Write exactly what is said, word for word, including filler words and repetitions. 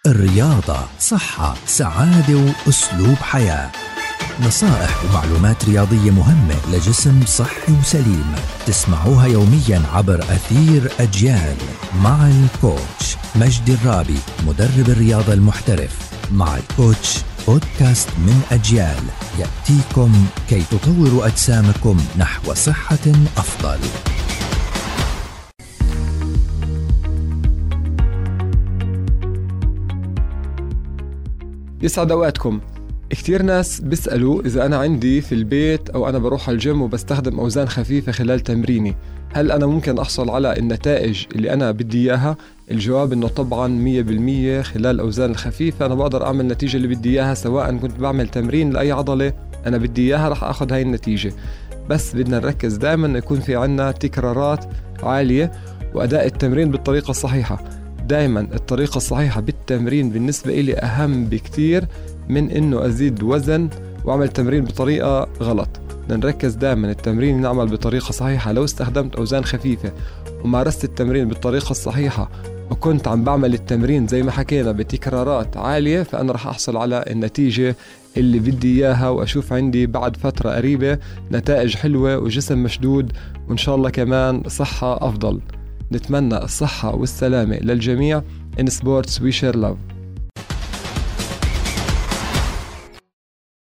الرياضة صحة سعادة وأسلوب حياة. نصائح ومعلومات رياضية مهمة لجسم صحي وسليم تسمعوها يوميا عبر أثير أجيال مع الكوتش مجدي الرابي مدرب الرياضة المحترف. مع الكوتش بودكاست من أجيال يأتيكم كي تطوروا أجسامكم نحو صحة أفضل. يسعد أوقاتكم. كتير ناس بيسألوا إذا أنا عندي في البيت أو أنا بروح على الجيم وبستخدم أوزان خفيفة خلال تمريني، هل أنا ممكن أحصل على النتائج اللي أنا بدي إياها؟ الجواب إنه طبعاً مية بالمية. خلال الأوزان الخفيفة أنا بقدر أعمل النتيجة اللي بدي إياها، سواء كنت بعمل تمرين لأي عضلة أنا بدي إياها رح أخذ هاي النتيجة. بس بدنا نركز دائماً يكون في عنا تكرارات عالية وأداء التمرين بالطريقة الصحيحة. دائما الطريقة الصحيحة بالتمرين بالنسبة إلي أهم بكتير من إنه أزيد وزن وأعمل تمرين بطريقة غلط. نركز دائما التمرين نعمل بطريقة صحيحة. لو استخدمت أوزان خفيفة ومارست التمرين بالطريقة الصحيحة وكنت عم بعمل التمرين زي ما حكينا بتكرارات عالية، فأنا رح أحصل على النتيجة اللي بدي إياها، وأشوف عندي بعد فترة قريبة نتائج حلوة وجسم مشدود، وإن شاء الله كمان صحة أفضل. نتمنى الصحة والسلامة للجميع. In sports we share love.